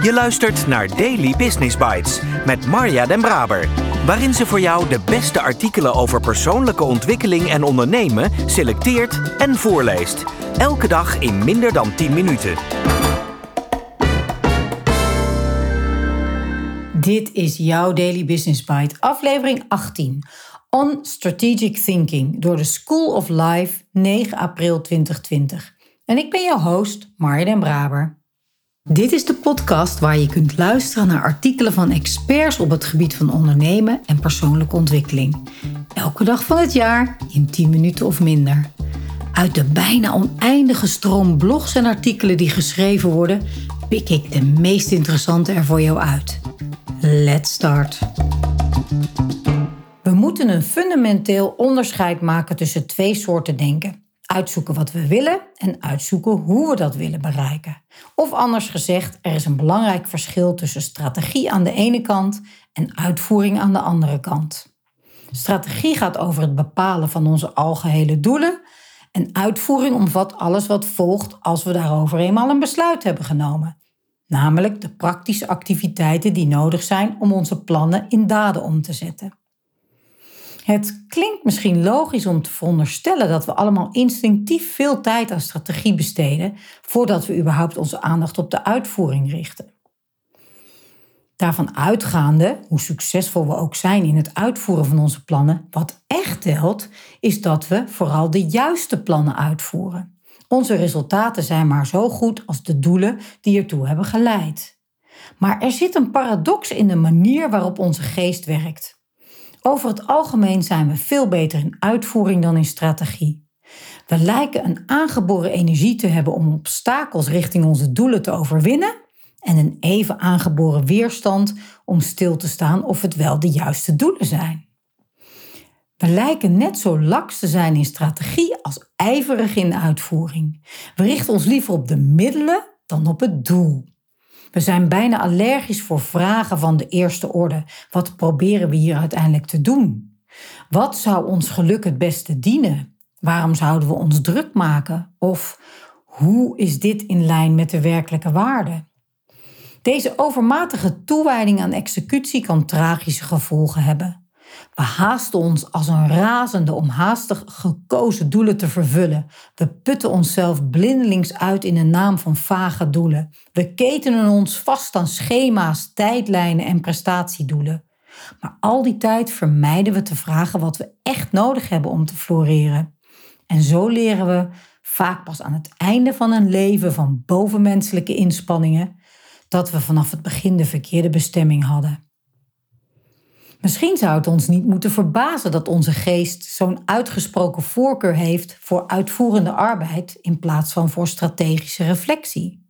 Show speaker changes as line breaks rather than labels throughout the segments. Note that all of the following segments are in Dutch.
Je luistert naar Daily Business Bites met Marja Den Braber, waarin ze voor jou de beste artikelen over persoonlijke ontwikkeling en ondernemen selecteert en voorleest. Elke dag in minder dan 10 minuten.
Dit is jouw Daily Business Bite, aflevering 18. On Strategic Thinking door de School of Life, 9 april 2020. En ik ben jouw host, Marja Den Braber. Dit is de podcast waar je kunt luisteren naar artikelen van experts op het gebied van ondernemen en persoonlijke ontwikkeling. Elke dag van het jaar in 10 minuten of minder. Uit de bijna oneindige stroom blogs en artikelen die geschreven worden, pik ik de meest interessante er voor jou uit. Let's start. We moeten een fundamenteel onderscheid maken tussen 2 soorten denken. Uitzoeken wat we willen en uitzoeken hoe we dat willen bereiken. Of anders gezegd, er is een belangrijk verschil tussen strategie aan de ene kant en uitvoering aan de andere kant. Strategie gaat over het bepalen van onze algehele doelen en uitvoering omvat alles wat volgt als we daarover eenmaal een besluit hebben genomen. Namelijk de praktische activiteiten die nodig zijn om onze plannen in daden om te zetten. Het klinkt misschien logisch om te veronderstellen dat we allemaal instinctief veel tijd aan strategie besteden voordat we überhaupt onze aandacht op de uitvoering richten. Daarvan uitgaande, hoe succesvol we ook zijn in het uitvoeren van onze plannen, wat echt telt, is dat we vooral de juiste plannen uitvoeren. Onze resultaten zijn maar zo goed als de doelen die ertoe hebben geleid. Maar er zit een paradox in de manier waarop onze geest werkt. Over het algemeen zijn we veel beter in uitvoering dan in strategie. We lijken een aangeboren energie te hebben om obstakels richting onze doelen te overwinnen en een even aangeboren weerstand om stil te staan of het wel de juiste doelen zijn. We lijken net zo laks te zijn in strategie als ijverig in de uitvoering. We richten ons liever op de middelen dan op het doel. We zijn bijna allergisch voor vragen van de eerste orde. Wat proberen we hier uiteindelijk te doen? Wat zou ons geluk het beste dienen? Waarom zouden we ons druk maken? Of hoe is dit in lijn met de werkelijke waarde? Deze overmatige toewijding aan executie kan tragische gevolgen hebben. We haasten ons als een razende om haastig gekozen doelen te vervullen. We putten onszelf blindelings uit in de naam van vage doelen. We ketenen ons vast aan schema's, tijdlijnen en prestatiedoelen. Maar al die tijd vermijden we te vragen wat we echt nodig hebben om te floreren. En zo leren we, vaak pas aan het einde van een leven van bovenmenselijke inspanningen, dat we vanaf het begin de verkeerde bestemming hadden. Misschien zou het ons niet moeten verbazen dat onze geest zo'n uitgesproken voorkeur heeft voor uitvoerende arbeid in plaats van voor strategische reflectie.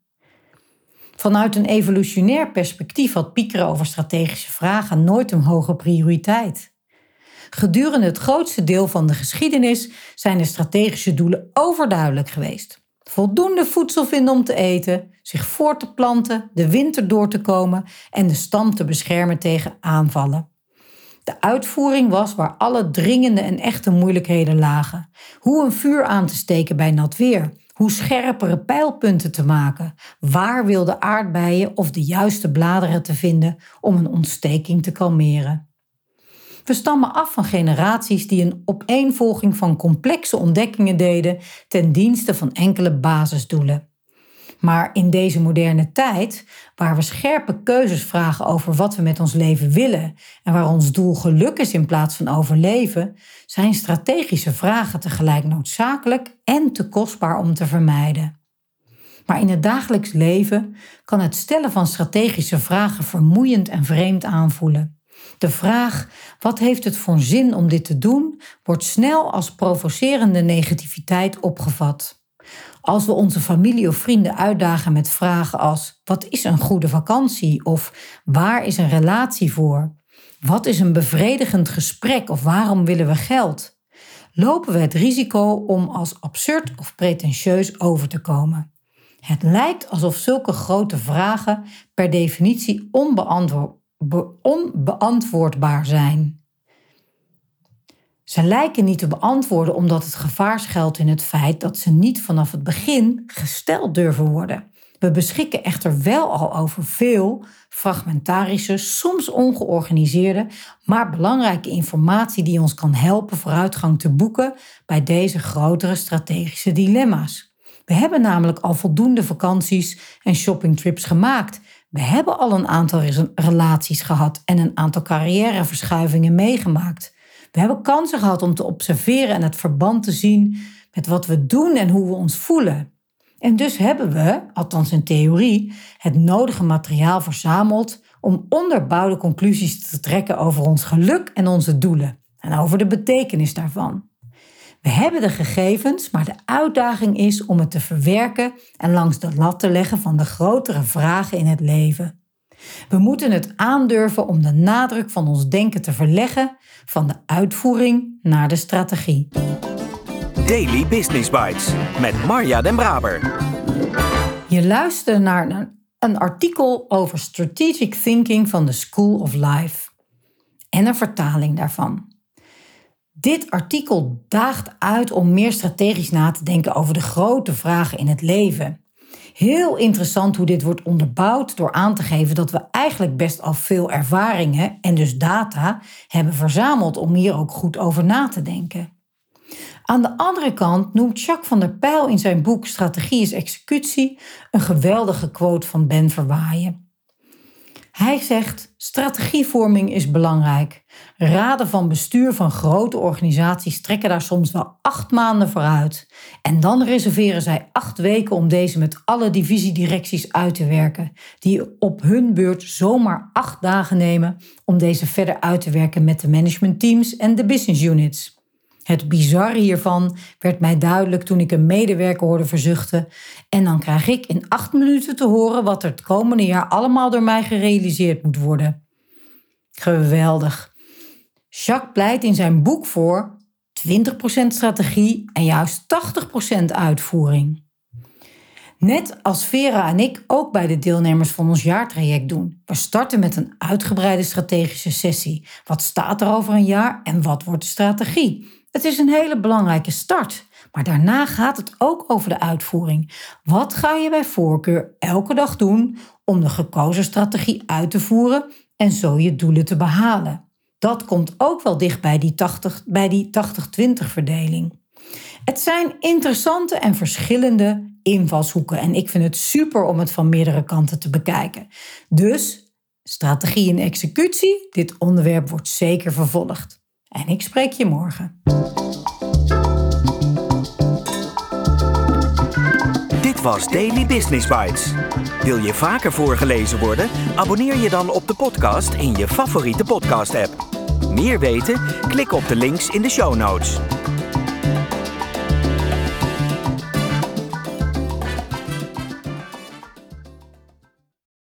Vanuit een evolutionair perspectief had piekeren over strategische vragen nooit een hoge prioriteit. Gedurende het grootste deel van de geschiedenis zijn de strategische doelen overduidelijk geweest. Voldoende voedsel vinden om te eten, zich voor te planten, de winter door te komen en de stam te beschermen tegen aanvallen. De uitvoering was waar alle dringende en echte moeilijkheden lagen. Hoe een vuur aan te steken bij nat weer. Hoe scherpere pijlpunten te maken. Waar wilde aardbeien of de juiste bladeren te vinden om een ontsteking te kalmeren. We stammen af van generaties die een opeenvolging van complexe ontdekkingen deden ten dienste van enkele basisdoelen. Maar in deze moderne tijd, waar we scherpe keuzes vragen over wat we met ons leven willen en waar ons doel geluk is in plaats van overleven, zijn strategische vragen tegelijk noodzakelijk en te kostbaar om te vermijden. Maar in het dagelijks leven kan het stellen van strategische vragen vermoeiend en vreemd aanvoelen. De vraag, wat heeft het voor zin om dit te doen, wordt snel als provocerende negativiteit opgevat. Als we onze familie of vrienden uitdagen met vragen als: wat is een goede vakantie? Of waar is een relatie voor? Wat is een bevredigend gesprek? Of waarom willen we geld? Lopen we het risico om als absurd of pretentieus over te komen. Het lijkt alsof zulke grote vragen per definitie onbeantwoordbaar zijn. Ze lijken niet te beantwoorden omdat het gevaar schuilt in het feit dat ze niet vanaf het begin gesteld durven worden. We beschikken echter wel al over veel fragmentarische, soms ongeorganiseerde, maar belangrijke informatie die ons kan helpen vooruitgang te boeken bij deze grotere strategische dilemma's. We hebben namelijk al voldoende vakanties en shoppingtrips gemaakt. We hebben al een aantal relaties gehad en een aantal carrièreverschuivingen meegemaakt. We hebben kansen gehad om te observeren en het verband te zien met wat we doen en hoe we ons voelen. En dus hebben we, althans in theorie, het nodige materiaal verzameld om onderbouwde conclusies te trekken over ons geluk en onze doelen en over de betekenis daarvan. We hebben de gegevens, maar de uitdaging is om het te verwerken en langs de lat te leggen van de grotere vragen in het leven. We moeten het aandurven om de nadruk van ons denken te verleggen van de uitvoering naar de strategie.
Daily Business Bites met Marja Den Braber.
Je luistert naar een artikel over strategic thinking van de School of Life en een vertaling daarvan. Dit artikel daagt uit om meer strategisch na te denken over de grote vragen in het leven. Heel interessant hoe dit wordt onderbouwd door aan te geven dat we eigenlijk best al veel ervaringen en dus data hebben verzameld om hier ook goed over na te denken. Aan de andere kant noemt Jacques van der Pijl in zijn boek Strategie is executie een geweldige quote van Ben Verwaayen. Hij zegt, strategievorming is belangrijk. Raden van bestuur van grote organisaties trekken daar soms wel 8 maanden vooruit. En dan reserveren zij 8 weken om deze met alle divisiedirecties uit te werken, die op hun beurt zomaar 8 dagen nemen om deze verder uit te werken met de managementteams en de business units. Het bizarre hiervan werd mij duidelijk toen ik een medewerker hoorde verzuchten. En dan krijg ik in 8 minuten te horen wat er het komende jaar allemaal door mij gerealiseerd moet worden. Geweldig. Jacques pleit in zijn boek voor 20% strategie en juist 80% uitvoering. Net als Vera en ik ook bij de deelnemers van ons jaartraject doen. We starten met een uitgebreide strategische sessie. Wat staat er over een jaar en wat wordt de strategie? Het is een hele belangrijke start, maar daarna gaat het ook over de uitvoering. Wat ga je bij voorkeur elke dag doen om de gekozen strategie uit te voeren en zo je doelen te behalen? Dat komt ook wel dicht bij die 80-20 verdeling. Het zijn interessante en verschillende invalshoeken en ik vind het super om het van meerdere kanten te bekijken. Dus strategie en executie, dit onderwerp wordt zeker vervolgd. En ik spreek je morgen.
Dit was Daily Business Bites. Wil je vaker voorgelezen worden? Abonneer je dan op de podcast in je favoriete podcast-app. Meer weten? Klik op de links in de show notes.